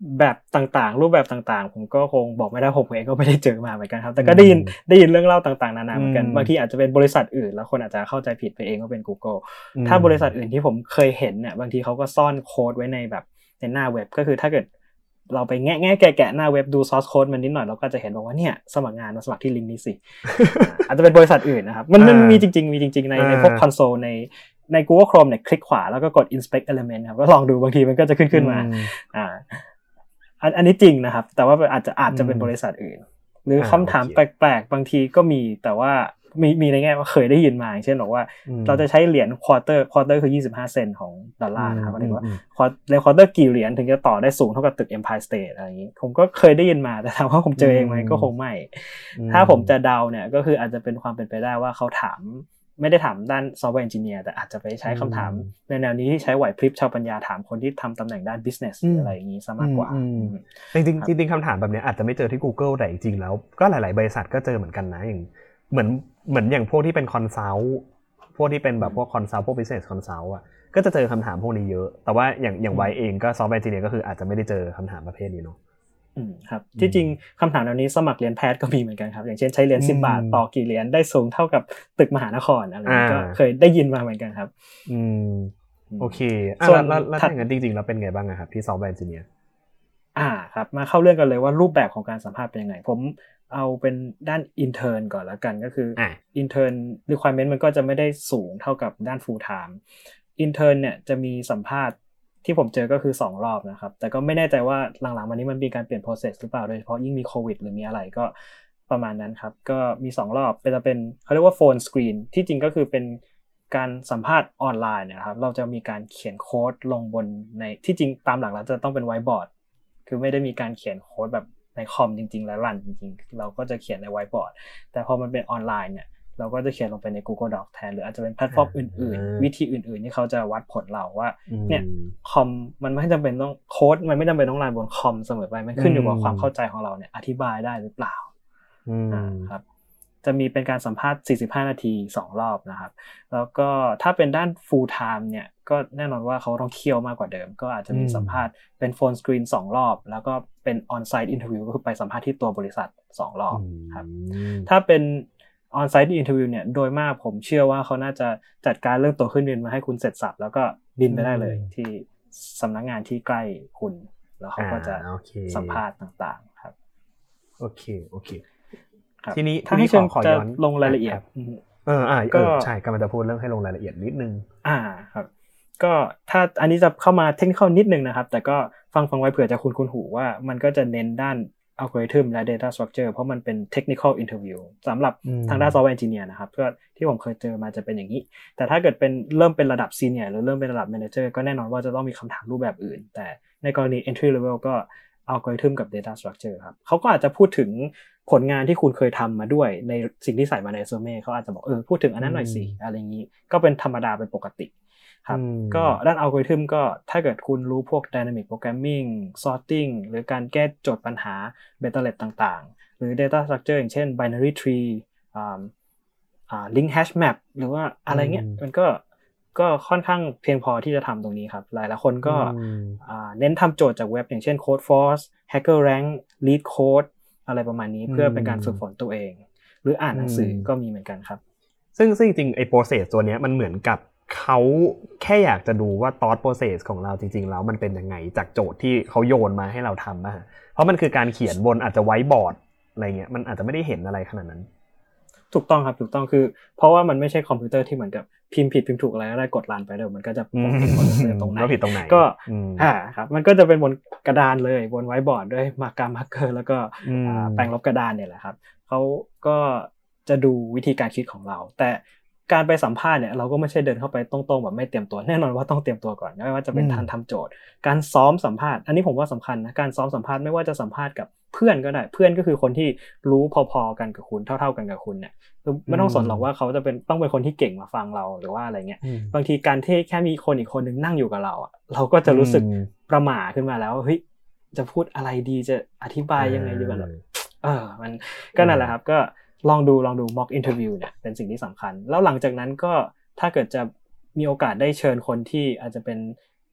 แบบต่างๆรูปแบบต่างๆผมก็คงบอกไม่ได้ผมเองก็ไม่ได้เจอมาเหมือนกันครับแต่ก็ได้ยินได้ยินเรื่องเล่าต่างๆนานาเหมือนกันบางทีอาจจะเป็นบริษัทอื่นแล้วคนอาจจะเข้าใจผิดไปเองว่าเป็น Google ถ้าบริษัทอื่นที่ผมเคยเห็นเนี่ยบางทีเขาก็ซ่อนโค้ดไว้ในแบบในหน้าเว็บก็คือถ้าเกิดเราไปแงะๆแกะๆหน้าเว็บดู source code มันนิดหน่อยเราก็จะเห็นบอกว่าเนี่ยสมัครงานมาสมัครที่ลิงก์นี้สิ อาจจะเป็นบริษัทอื่นนะครับมันมันมีจริงๆมีจริงๆในในพวกคอนโซลในใน Google Chrome เนี่ยคลิกขวาแล้วก็กด inspect element ครับก็ลองดูบางทีมันก็จะขึ้นขึ้นมาอ่าอันอันนี้จริงนะครับแต่ว่าอาจจะอาจจะเป็นบริษัทอื่นหรือคำถามแปลกๆบางทีก็มีแต่ว่ามีมีในแง่ว่าเคยได้ยินมาอย่างเช่นบอกว่าเราจะใช้เหรียญควอเตอร์ควอเตอร์คือยี่สิบห้าเซนต์ของดอลลาร์นะครับหมายถึงว่าในควอเตอร์กี่เหรียญถึงจะต่อได้สูงเท่ากับตึก Empire State อะไรอย่างนี้ผมก็เคยได้ยินมาแต่ถามว่าผมเจอเองไหมก็คงไม่ถ้าผมจะเดาเนี่ยก็คืออาจจะเป็นความเป็นไปได้ว่าเขาถามไม่ได้ถามด้านซอฟต์แวร์เอนจิเนียร์แต่อาจจะไปใช้คำถามในแนวนี้ที่ใช้ไหวพริบชาวปัญญาถามคนที่ทำตำแหน่งด้าน business อะไรอย่างนี้ซะมากกว่าจริงๆจริงๆคำถามแบบนี้อาจจะไม่เจอที่ Google แต่จริงๆแล้วก็หลายๆบริษัทก็เจอเหมือนกันนะอย่างเหมือนเหมือนอย่างพวกที่เป็นคอนซัลท์พวกที่เป็นแบบพวกคอนซัลท์พวก business consult อ่ะก็จะเจอคำถามพวกนี้เยอะแต่ว่าอย่างอย่างไว้เองก็ซอฟต์แวร์เอนจิเนียร์ก็คืออาจจะไม่ได้เจอคำถามประเภทนี้เนาะอืมครับที่จริงคำถามแนวนี้สมัครเรียนแพทย์ก็มีเหมือนกันครับอย่างเช่นใช้เหรียญสิบบาทต่อกี่เหรียญได้สูงเท่ากับตึกมหานครอะไรนี้ก็เคยได้ยินมาเหมือนกันครับอืมโอเคส่วนแล้วแล้วอย่างนั้นจริงๆแล้วเป็นไงบ้างครับที่ซอฟต์แวร์เอนจิเนียร์อ่าครับมาเข้าเรื่องกันเลยว่ารูปแบบของการสัมภาษณ์เป็นยังไงผมเอาเป็นด้าน intern ก่อนแล้วกันก็คือ intern requirement มันก็จะไม่ได้สูงเท่ากับด้าน full time intern เนี่ยจะมีสัมภาษณ์ที่ผมเจอก็คือสองรอบนะครับแต่ก็ไม่แน่ใจว่าหลังๆมานี้มันมีการเปลี่ยน process หรือเปล่าโดยเฉพาะยิ่งมีโควิดหรือมีอะไรก็ประมาณนั้นครับก็มีสองรอบเป็นจะเป็นเขาเรียกว่า phone screen ที่จริงก็คือเป็นการสัมภาษณ์ออนไลน์นะครับเราจะมีการเขียนโค้ดลงบนในที่จริงตามหลักแล้วจะต้องเป็นไวท์บอร์ดคือไม่ได้มีการเขียนโค้ดแบบในคอมจริงๆแล้วรันจริงๆเราก็จะเขียนในไวท์บอร์ดแต่พอมันเป็นออนไลน์เนี่ยเราก็จะเขียนลงไปใน Google Docs แทนหรืออาจจะเป็นแพลตฟอร์มอื่นๆวิธีอื่นๆที่เขาจะวัดผลเราว่าเนี่ยคอมมันไม่จำเป็นต้องโค้ดมันไม่จำเป็นต้องรันบนคอมเสมอไปมันขึ้นอยู่กับความเข้าใจของเราเนี่ยอธิบายได้หรือเปล่าอ่าครับจะมีเป็นการสัมภาษณ์สี่สิบห้านาทีสองรอบนะครับแล้วก็ถ้าเป็นด้าน full time เนี่ยก็แน่นอนว่าเขาต้องเคี่ยวมากกว่าเดิมก็อาจจะมีสัมภาษณ์เป็นโฟนสกรีนสองรอบแล้วก็เป็น on-site interview ก็คือไปสัมภาษณ์ที่ตัวบริษัทสองรอบครับถ้าเป็น on-site interview เนี่ยโดยมากผมเชื่อว่าเขาน่าจะจัดการเรื่องตั๋วเครื่องบินมาให้คุณเสร็จสับแล้วก็บินไปได้เลยที่สำนักงานที่ใกล้คุณแล้วเขาก็จะสัมภาษณ์ต่างๆครับโอเคโอเคทีนี้ถ้าให้เชิญจะลงรายละเอียดเอออ่าก็ใช่กำลังจะพูดเรื่องให้ลงรายละเอียดนิดนึงอ่าครับก็ถ้าอันนี้จะเข้ามาเทคนิคนิดนึงนะครับแต่ก็ฟังฟังไว้เผื่อจะคุ้นคุ้นหูว่ามันก็จะเน้นด้านอัลกอริทึมและ data structure เพราะมันเป็น technical interview สำหรับทางด้าน software engineer นะครับก็ที่ผมเคยเจอมาจะเป็นอย่างนี้แต่ถ้าเกิดเป็นเริ่มเป็นระดับ senior หรือเริ่มเป็นระดับ manager ก็แน่นอนว่าจะต้องมีคำถามรูปแบบอื่นแต่ในกรณี entry level ก็อัลกอริทึมกับ data structure ครับเขาก็อาจจะพูดถึงผลงานที่คุณเคยทำมาด้วยในสิ่งที่ใส่มาในเรซูเม่เขาอาจจะบอกเออพูดถึงอันนั้นหน่อยสิอะไรอย่างนี้ก็เป็นธรรมดาเป็นปกติครับก็ด้านอัลกอริทึมก็ถ้าเกิดคุณรู้พวก dynamic programming sorting หรือการแก้โจทย์ปัญหา Bettelet ต่างๆหรือ data structure อย่างเช่น binary tree อ่าอ่า link hash map หรือว่าอะไรเงี้ยมันก็ก็ค่อนข้างเพียงพอที่จะทำตรงนี้ครับหลายๆคนก็เน้นทำโจทย์จากเว็บอย่างเช่น Codeforce HackerRank LeetCode อะไรประมาณนี้เพื่อเป็นการฝึกฝนตัวเองหรืออ่านหนังสือก็มีเหมือนกันครับซึ่งซึ่งจริงๆไอ้ process ตัวนี้มันเหมือนกับเขาแค่อยากจะดูว่า thought process ของเราจริงๆแล้วมันเป็นยังไงจากโจทย์ที่เขาโยนมาให้เราทำอ่ะเพราะมันคือการเขียนบนอาจจะไวท์บอร์ดอะไรเงี้ยมันอาจจะไม่ได้เห็นอะไรขนาดนั้นถูกต้องครับถูกต้องคือเพราะว่ามันไม่ใช่คอมพิวเตอร์ที่เหมือนกับพิมพ์ผิดพิมพ์ถูกอะไรก็ได้กดรันไปเดี๋ยวมันก็จะบอกผิดตรงไหนผิดตรงไหนก็อ่าครับมันก็จะเป็นบนกระดานเลยบนไวท์บอร์ดด้วยมาร์กมาร์กเกอร์แล้วก็แปรงลบกระดานเนี่ยแหละครับเขาก็จะดูวิธีการคิดของเราแต่การไปสัมภาษณ์เนี่ยเราก็ไม่ใช่เดินเข้าไปตรงๆแบบไม่เตรียมตัวแน่นอนว่าต้องเตรียมตัวก่อนไม่ว่าจะเป็นการทำโจทย์การซ้อมสัมภาษณ์อันนี้ผมว่าสำคัญนะการซ้อมสัมภาษณ์ไม่ว่าจะสัมภาษณ์กับเพื่อนก็ได้เพื่อนก็คือคนที่รู้พอๆกันกับคุณเท่าๆกันกับคุณเนี่ยคือไม่ต้องสนหรอกว่าเขาจะเป็นต้องเป็นคนที่เก่งมาฟังเราหรือว่าอะไรเงี้ยบางทีการที่แค่มีคนอีกคนนึงนั่งอยู่กับเราอ่ะเราก็จะรู้สึกประหม่าขึ้นมาแล้วเฮ้ยจะพูดอะไรดีจะอธิบายยังไงดีแบบเออมันก็นั่นแหละครับก็ลองดูลองดู mock interview เนี่ยเป็นสิ่งที่สำคัญแล้วหลังจากนั้นก็ถ้าเกิดจะมีโอกาสได้เชิญคนที่อาจจะเป็น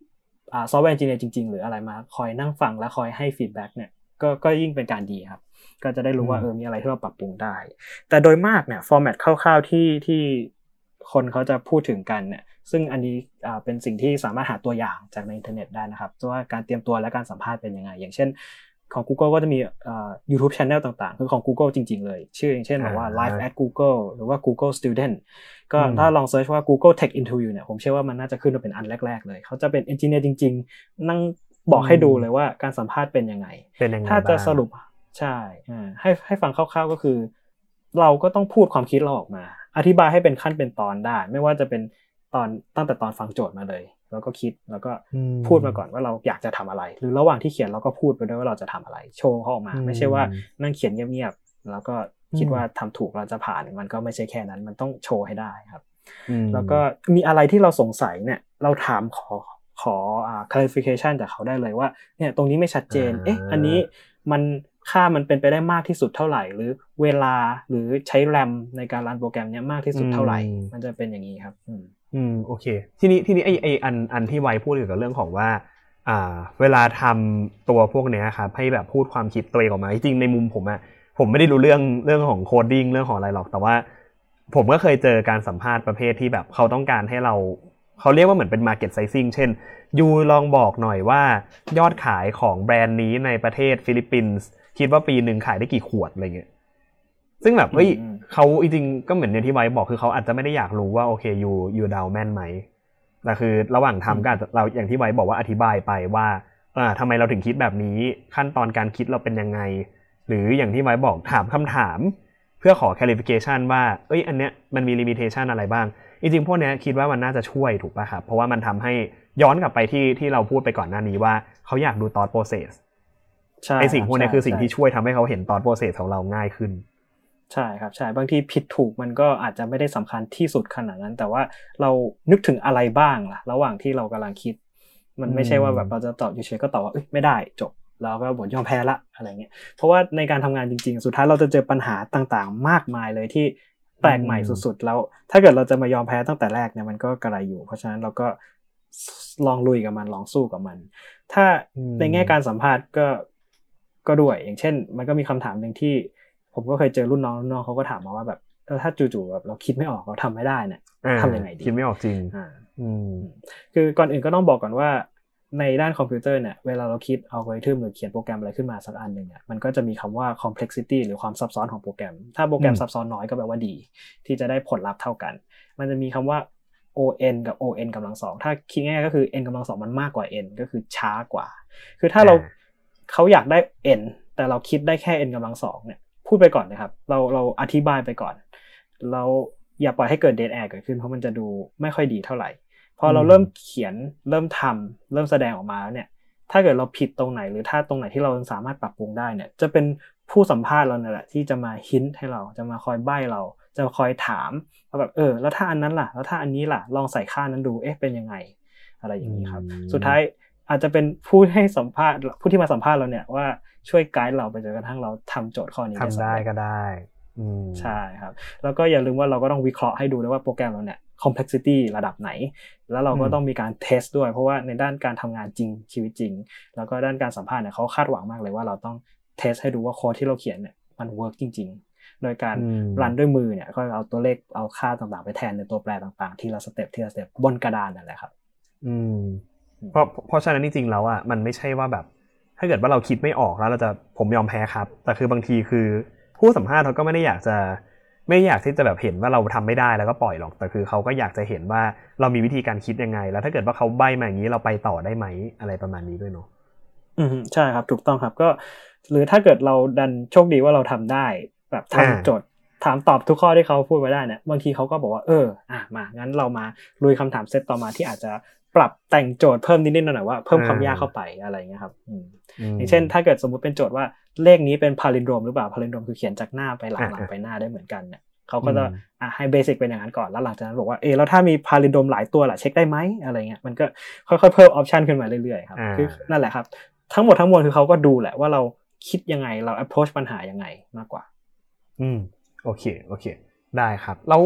อ่าซอฟต์แวร์เอนจิเนียร์จริงๆหรืออะไรมาคอยนั่งฟังและคอยให้ฟีดแบ็กเนี่ยก็ก็ยิ่งเป็นการดีครับก็จะได้รู้ว่าเออมีอะไรที่เราปรับปรุงได้แต่โดยมากเนี่ยฟอร์แมตคร่าวๆที่ที่คนเขาจะพูดถึงกันเนี่ยซึ่งอันนี้อ่าเป็นสิ่งที่สามารถหาตัวอย่างจากในอินเทอร์เน็ตได้นะครับว่าการเตรียมตัวและการสัมภาษณ์เป็นยังไงอย่างเช่นของ Google ก็จะมีอ่า YouTube Channel ต่างๆคือของ Google จริงๆเลยชื่ออย่างเช่นแบบว่า Live at Google หรือว่า Google Student ก็ถ้าลองเซิร์ชว่า Google Tech Interview เนี่ยผมเชื่อว่ามันน่าจะขึ้นมาเป็นอันแรกๆเลยเขาจะเป็นเอนจิเนียร์จริงๆนั่งบอกให้ดูเลยว่าการสัมภาษณ์เป็นยังไงถ้าจะสรุปใช่ให้ให้ฟังคร่าวๆก็คือเราก็ต้องพูดความคิดเราออกมาอธิบายให้เป็นขั้นเป็นตอนได้ไม่ว่าจะเป็นตอนตั้งแต่ตอนฟังโจทย์มาเลยแล้วก็คิดแล้วก็พูดมาก่อนว่าเราอยากจะทำอะไรหรือระหว่างที่เขียนเราก็พูดไปด้วยว่าเราจะทำอะไรโชว์เขาออกมาไม่ใช่ว่านั่งเขียนเงียบๆแล้วก็คิดว่าทำถูกเราจะผ่านมันก็ไม่ใช่แค่นั้นมันต้องโชว์ให้ได้ครับแล้วก็มีอะไรที่เราสงสัยเนี่ยเราถามขอขออ่า clarification จากเขาได้เลยว่าเนี่ยตรงนี้ไม่ชัดเจนเอ๊ะอันนี้มันค่ามันเป็นไปได้มากที่สุดเท่าไหร่หรือเวลาหรือใช้แรมในการรันโปรแกรมเนี้ยมากที่สุดเท่าไหร่มันจะเป็นอย่างนี้ครับอืมอืมโอเคทีนี้ทีนี้ไอไออันอันที่ไว้พูดเกี่ยวกับเรื่องของว่าอ่าเวลาทำตัวพวกเนี้ยครับให้แบบพูดความคิดตัวเองออกมาจริงๆในมุมผมอะผมไม่ได้รู้เรื่องเรื่องของโคดดิ้งเรื่องของอะไรหรอกแต่ว่าผมก็เคยเจอการสัมภาษณ์ประเภทที่แบบเขาต้องการให้เราเขาเรียกว่าเหมือนเป็น market sizing เช่นยูลองบอกหน่อยว่ายอดขายของแบรนด์นี้ในประเทศฟิลิปปินส์คิดว่าปีนึงขายได้กี่ขวดอะไรเงี้ยซึ่งแบบเฮ้ยเขาจริงๆก็เหมือนอย่างที่ไว้บอกคือเขาอาจจะไม่ได้อยากรู้ว่าโอเคยูยูเดาแม่นไหมแต่คือระหว่างทำก็เราอย่างที่ไว้บอกว่าอธิบายไปว่าอ่าทำไมเราถึงคิดแบบนี้ขั้นตอนการคิดเราเป็นยังไงหรืออย่างที่ไว้บอกถามคำถามเพื่อขอ clarification ว่าเอ้ยอันเนี้ยมันมี limitation อะไรบ้างจริงๆพวกเนี้ยคิดว่ามันน่าจะช่วยถูกป่ะครับเพราะว่ามันทำให้ย้อนกลับไปที่ที่เราพูดไปก่อนหน้านี้ว่าเขาอยากดู thought process ใช่ไอสิ่งพวกนี้คือสิ่งที่ช่วยทำให้เขาเห็น thought process ของเราง่ายขึ้นใช่ครับใช่บางทีผิดถูกมันก็อาจจะไม่ได้สำคัญที่สุดขนาดนั้นแต่ว่าเรานึกถึงอะไรบ้างล่ะระหว่างที่เรากำลังคิดมันไม่ใช่ว่าแบบเราจะตอบอยู่เฉยก็ตอบว่าเอ้ยไม่ได้จบแล้วก็บ่นยอมแพ้ละอะไรเงี้ยเพราะว่าในการทำงานจริงๆสุดท้ายเราจะเจอปัญหาต่างๆมากมายเลยที่แปลกใหม่สุดๆแล้วถ้าเกิดเราจะมายอมแพ้ตั้งแต่แรกเนี่ยมันก็กระไรอยู่เพราะฉะนั้นเราก็ลองลุยกับมันลองสู้กับมันถ้าในแง่การสัมภาษณ์ก็ก็ด้วยอย่างเช่นมันก็มีคำถามนึงที่ผมก็เคยเจอรุ่นน้องรุ่นน้องเขาก็ถามมาว่าแบบเออถ้าจู่ๆแบบเราคิดไม่ออกเราทำไม่ได้เนี่ยทำยังไงดีคิดไม่ออกจริงอ่าอืมคือก่อนอื่นก็ต้องบอกก่อนว่าในด้านคอมพิวเตอร์เนี่ยเวลาเราคิดอัลกอริทึมหรือเขียนโปรแกรมอะไรขึ้นมาสักอันนึงเนี่ยมันก็จะมีคำว่า complexity หรือความซับซ้อนของโปรแกรมถ้าโปรแกรมซับซ้อนน้อยก็แปลว่าดีที่จะได้ผลลัพธ์เท่ากันมันจะมีคำว่า on กับ on กำลังสองถ้าคิดง่ายๆก็คือ n กำลังสองมันมากกว่า n ก็คือช้ากว่าคือถ้าเราเขาอยากได้ n แต่เราคิดได้แค่ n กำลังสองเนี่ยพูดไปก่อนนะครับเราเราอธิบายไปก่อนเราอย่าปล่อยให้เกิด dead air เกิดขึ้นเพราะมันจะดูไม่ค่อยดีเท่าไหร่พอเราเริ่มเขียนเริ่มทำเริ่มแสดงออกมาแล้วเนี่ยถ้าเกิดเราผิดตรงไหนหรือถ้าตรงไหนที่เราสามารถปรับปรุงได้เนี่ยจะเป็นผู้สัมภาษณ์เราเนี่ยแหละที่จะมาฮินต์ให้เราจะมาคอยใบ้เราจะคอยถามว่าแบบเออแล้วถ้าอันนั้นล่ะแล้วถ้าอันนี้ล่ะลองใส่ค่านั้นดูเอ๊ะเป็นยังไงอะไรอย่างนี้ครับสุดท้ายอาจจะเป็นผู้ให้สัมภาษณ์ผู้ที่มาสัมภาษณ์เราเนี่ยว่าช่วยไกด์เราไปจนกระทั่งเราทำโจทย์ข้อนี้ได้ทำได้ก็ได้ใช่ครับแล้วก็อย่าลืมว่าเราก็ต้องวิเคราะห์ให้ดูด้วยว่าโปรแกรมเราเนี่ย complexity ระดับไหนแล้วเราก็ต้องมีการเทสด้วยเพราะว่าในด้านการทำงานจริงชีวิตจริงแล้วก็ด้านการสัมภาษณ์เนี่ยเขาคาดหวังมากเลยว่าเราต้องเทสให้ดูว่าโค้ดที่เราเขียนเนี่ยมันเวิร์กจริงๆโดยการรันด้วยมือเนี่ยก็เอาตัวเลขเอาค่าต่างๆไปแทนในตัวแปรต่างๆทีละสเต็ปทีละสเต็ปบนกระดานนั่นแหละครับอืมเพราะเพราะฉะนั้นจริงๆแล้วอ่ะมันไม่ใช่ว่าแบบถ้าเกิดว่าเราคิดไม่ออกแล้วเราจะผมยอมแพ้ครับแต่คือบางทีคือผู้สัมภาษณ์เขาก็ไม่ได้อยากจะไม่อยากที่จะแบบเห็นว่าเราทำไม่ได้แล้วก็ปล่อยหรอกแต่คือเขาก็อยากจะเห็นว่าเรามีวิธีการคิดยังไงแล้วถ้าเกิดว่าเขาใบ้มาอย่างนี้เราไปต่อได้ไหมอะไรประมาณนี้ด้วยเนาะอืมใช่ครับถูกต้องครับก็หรือถ้าเกิดเราดันโชคดีว่าเราทำได้แบบทำโจทย์ถามตอบทุกข้อที่เขาพูดไว้ได้เนี่ยบางทีเขาก็บอกว่าเอออ่ะมางั้นเรามาลุยคำถามเซตต่อมาที่อาจจะปรับแต่งโจทย์เพิ่มนิดๆหน่อยๆว่าเพิ่มความยากเข้าไปอะไรเงี้ยครับอืมอย่างเช่นถ้าเกิดสมมุติเป็นโจทย์ว่าเลขนี้เป็นพาลินโดรมหรือเปล่าพาลินโดรมคือเขียนจากหน้าไปหลังๆไปหน้าได้เหมือนกันเนี่ยเขาก็จะอ่ะให้เบสิกเป็นอย่างนั้นก่อนแล้วหลังจากนั้นบอกว่าเออแล้วถ้ามีพาลินโดรมหลายตัวล่ะเช็คได้ไหมอะไรเงี้ยมันก็ค่อยๆเพิ่มออปชันขึ้นมาเรื่อยๆครับคือนั่นแหละครับทั้งหมดทั้งมวลคือเขาก็ดูแหละว่าเราคิดยังไงเรา approach ปัญหายังไงมากกว่าอืมโอเคโอเคได้ครับแล้ว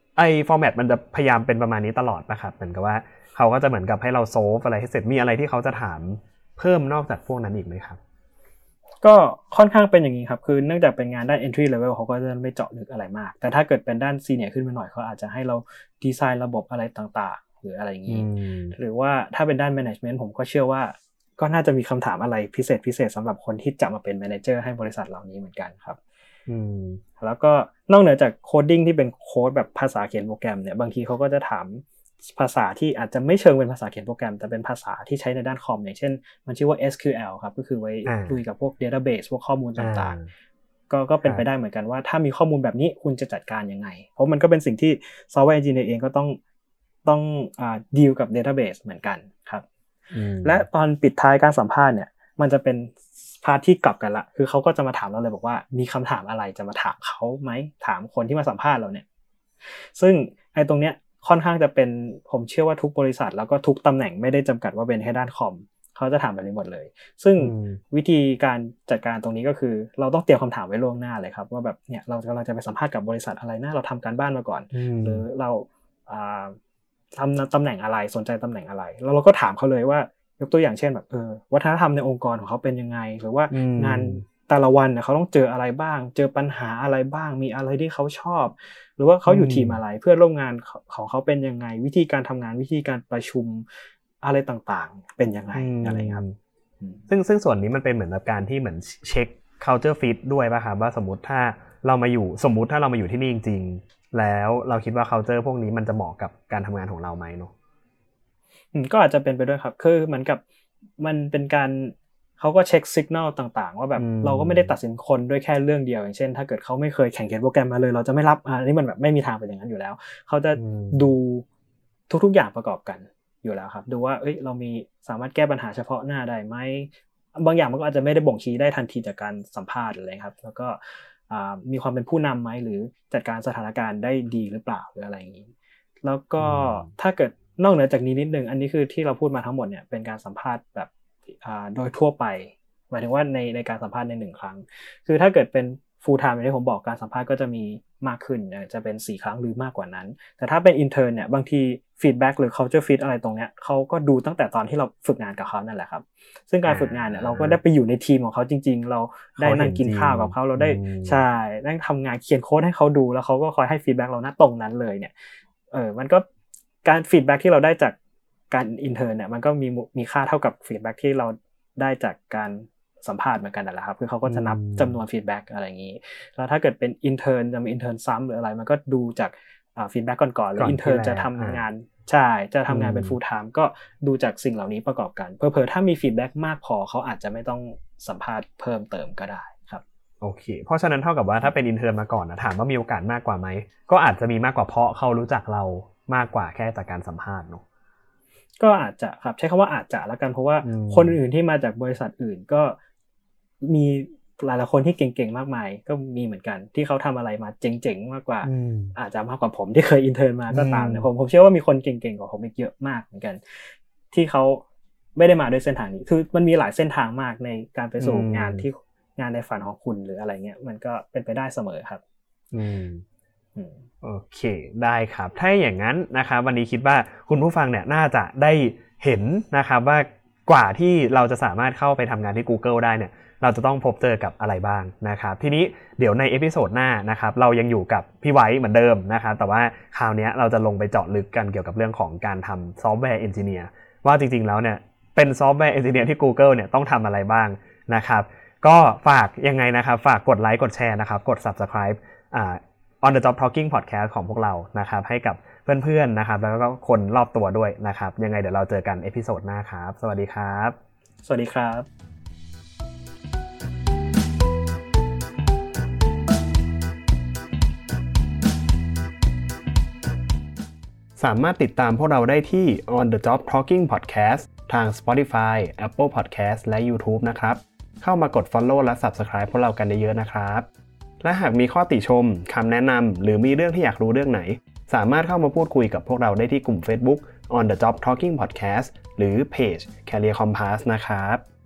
ไอ้ฟอร์แมตมันจะพยายามเป็นประมาณนี้ตลอดป่ะครับเหมือนกับว่าเขาก็จะเหมือนกับให้เราโซฟอะไรให้เสร็จมีอะไรที่เขาจะถามเพิ่มนอกจากพวกนั้นอีกไหมครับก็ค่อนข้างเป็นอย่างนี้ครับคือเนื่องจากเป็นงานด้าน entry level เขาก็จะไม่เจาะลึกอะไรมากแต่ถ้าเกิดเป็นด้าน senior ขึ้นมาหน่อยเขาอาจจะให้เราดีไซน์ระบบอะไรต่างๆหรืออะไรอย่างนี้หรือว่าถ้าเป็นด้าน management ผมก็เชื่อว่าก็น่าจะมีคำถามอะไรพิเศษพิเศษสำหรับคนที่จะมาเป็น manager ให้บริษัทเหล่านี้เหมือนกันครับแล้วก็นอกเหนือจากโคดดิ้งที่เป็นโค้ดแบบภาษาเขียนโปรแกรมเนี่ยบางทีเขาก็จะถามภาษาที่อาจจะไม่เชิงเป็นภาษาเขียนโปรแกรมแต่เป็นภาษาที่ใช้ในด้านคอมอย่างเช่นมันชื่อว่า เอส คิว แอล ครับก็คือไว้คุยกับพวก database พวกข้อมูลต่างๆก็ก็เป็นไปได้เหมือนกันว่าถ้ามีข้อมูลแบบนี้คุณจะจัดการยังไงเพราะมันก็เป็นสิ่งที่ software engineer เองก็ต้องต้องอ่าดีลกับ database เหมือนกันครับและตอนปิดท้ายการสัมภาษณ์เนี่ยมันจะเป็นพาร์ทที่กลับกันละคือเขาก็จะมาถามเราเลยบอกว่ามีคำถามอะไรจะมาถามเขาไหมถามคนที่มาสัมภาษณ์เราเนี่ยซึ่งไอ้ตรงเนี้ยค่อนข้างจะเป็นผมเชื่อว่าทุกบริษัทแล้วก็ทุกตำแหน่งไม่ได้จำกัดว่าเป็นแค่ด้านคอมเขาจะถามแบบนี้หมดเลยซึ่งวิธีการจัดการตรงนี้ก็คือเราต้องเตรียมคำถามไว้ล่วงหน้าเลยครับว่าแบบเนี่ยเรากำลังจะไปสัมภาษณ์กับบริษัทอะไรนะเราทำการบ้านมาก่อนหรือเราทำตำแหน่งอะไรสนใจตำแหน่งอะไรแล้วเราก็ถามเขาเลยว่ายกตัวอย่างเช่นแบบเออวัฒนธรรมในองค์กรของเขาเป็นยังไงหรือว่างานแต่ละวันเนี่ยเขาต้องเจออะไรบ้างเจอปัญหาอะไรบ้างมีอะไรที่เขาชอบหรือว่าเขาอยู่ทีมอะไรเพื่อนร่วมงานของเขาเป็นยังไงวิธีการทำงานวิธีการประชุมอะไรต่างๆเป็นยังไงอะไรครับซึ่งซึ่งส่วนนี้มันเป็นเหมือนกับการที่เหมือนเช็ค culture fit ด้วยป่ะครับว่าสมมุติถ้าเรามาอยู่สมมุติถ้าเรามาอยู่ที่นี่จริงๆแล้วเราคิดว่า culture พวกนี้มันจะเหมาะกับการทำงานของเราไหมเนาะก็อาจจะเป็นไปด้วยครับคือเหมือนกับมันเป็นการเขาก็เช็คสัญญาณต่างๆว่าแบบเราก็ไม่ได้ตัดสินคนด้วยแค่เรื่องเดียวอย่างเช่นถ้าเกิดเขาไม่เคยแข่งเขียนโปรแกรมมาเลยเราจะไม่รับอันนี้มันแบบไม่มีทางเป็นอย่างนั้นอยู่แล้วเขาจะดูทุกๆอย่างประกอบกันอยู่แล้วครับดูว่าเอ้ยเรามีสามารถแก้ปัญหาเฉพาะหน้าได้ไหมบางอย่างมันก็อาจจะไม่ได้บ่งชี้ได้ทันทีจากการสัมภาษณ์อะไรครับแล้วก็มีความเป็นผู้นำไหมหรือจัดการสถานการณ์ได้ดีหรือเปล่าหรืออะไรอย่างนี้แล้วก็ถ้าเกิดนอกเหนือจากนี้นิดนึงอันนี้คือที่เราพูดมาทั้งหมดเนี่ยเป็นการสัมภาษณ์แบบโดยทั่วไปหมายถึงว่าในในการสัมภาษณ์ในหนึ่งครั้งคือถ้าเกิดเป็น full time อย่างที่ผมบอกการสัมภาษณ์ก็จะมีมากขึ้นจะเป็นสี่ครั้งหรือมากกว่านั้นแต่ถ้าเป็น intern เนี่ยบางที feedback หรือ culture fit อะไรตรงเนี้ยเขาก็ดูตั้งแต่ตอนที่เราฝึกงานกับเขานั่นแหละครับซึ่งการฝึกงานเนี่ยเราก็ได้ไปอยู่ในทีมของเขาจริงๆเราได้นั่งกินข้าวกับเขาเราได้ใช่นั่งทำงานเขียนโค้ดให้เขาดูแล้วเขาก็คอยให้ feedback เราณตรงนั้นเลยเนี่ยเออมันก็การ feedback ที่เราได้จากการ intern เนี่ยมันก็มีมีค่าเท่ากับ feedback ที่เราได้จากการสัมภาษณ์เหมือนกันนั่นแหละครับคือเขาก็จะนับจำนวน feedback อะไรอย่างนี้แล้วถ้าเกิดเป็น intern จะมี intern ซ้ำหรืออะไรมันก็ดูจากอ่า feedback ก่อนๆหรือ intern จะทำงานใช่จะทำงานเป็น full time ก็ดูจากสิ่งเหล่านี้ประกอบกันเผลอๆถ้ามี feedback มากพอเขาอาจจะไม่ต้องสัมภาษณ์เพิ่มเติมก็ได้ครับโอเคเพราะฉะนั้นเท่ากับว่าถ้าเป็น intern มาก่อนนะถามว่ามีโอกาสมากกว่าไหมก็อาจจะมีมากกว่าเพราะเขารู้จักเรามากกว่าแค่จากการสัมภาษณ์เนาะก็อาจจะครับใช้คำว่าอาจจะแล้วกันเพราะว่าคนอื่นที่มาจากบริษัทอื่นก็มีหลายๆคนที่เก่งๆมากมายก็มีเหมือนกันที่เขาทำอะไรมาเจ๋งๆมากกว่าอาจจะมากกว่าผมที่เคยอินเทิร์นมาก็ตามนะผมผมเชื่อว่ามีคนเก่งๆกว่าผมอีกเยอะมากเหมือนกันที่เขาไม่ได้มาด้วยเส้นทางนี้คือมันมีหลายเส้นทางมากในการไปสู่งานที่งานในฝันของคุณหรืออะไรเงี้ยมันก็เป็นไปได้เสมอครับอืมโอเคได้ครับถ้าอย่างนั้นนะครับวันนี้คิดว่าคุณผู้ฟังเนี่ยน่าจะได้เห็นนะครับว่ากว่าที่เราจะสามารถเข้าไปทำงานที่ Google ได้เนี่ยเราจะต้องพบเจอกับอะไรบ้างนะครับทีนี้เดี๋ยวในเอพิโซดหน้านะครับเรายังอยู่กับพี่ไว้เหมือนเดิมนะครับแต่ว่าคราวนี้เราจะลงไปเจาะลึกกันเกี่ยวกับเรื่องของการทำซอฟต์แวร์เอนจิเนียร์ว่าจริงๆแล้วเนี่ยเป็นซอฟต์แวร์เอนจิเนียร์ที่ Google เนี่ยต้องทำอะไรบ้างนะครับก็ฝากยังไงนะครับฝากกดไลค์กดแชร์นะครับกด Subscribe อ่าOn the Job Talking Podcast ของพวกเรานะครับให้กับเพื่อนๆนะครับแล้วก็คนรอบตัวด้วยนะครับยังไงเดี๋ยวเราเจอกันเอพิโซดหน้าครับสวัสดีครับสวัสดีครับสามารถติดตามพวกเราได้ที่ On the Job Talking Podcast ทาง Spotify, Apple Podcast และ YouTube นะครับเข้ามากด Follow และ Subscribe พวกเรากันเยอะๆนะครับและหากมีข้อติชมคำแนะนำหรือมีเรื่องที่อยากรู้เรื่องไหนสามารถเข้ามาพูดคุยกับพวกเราได้ที่กลุ่ม Facebook On the Job Talking Podcast หรือเพจ Career Compass นะครับ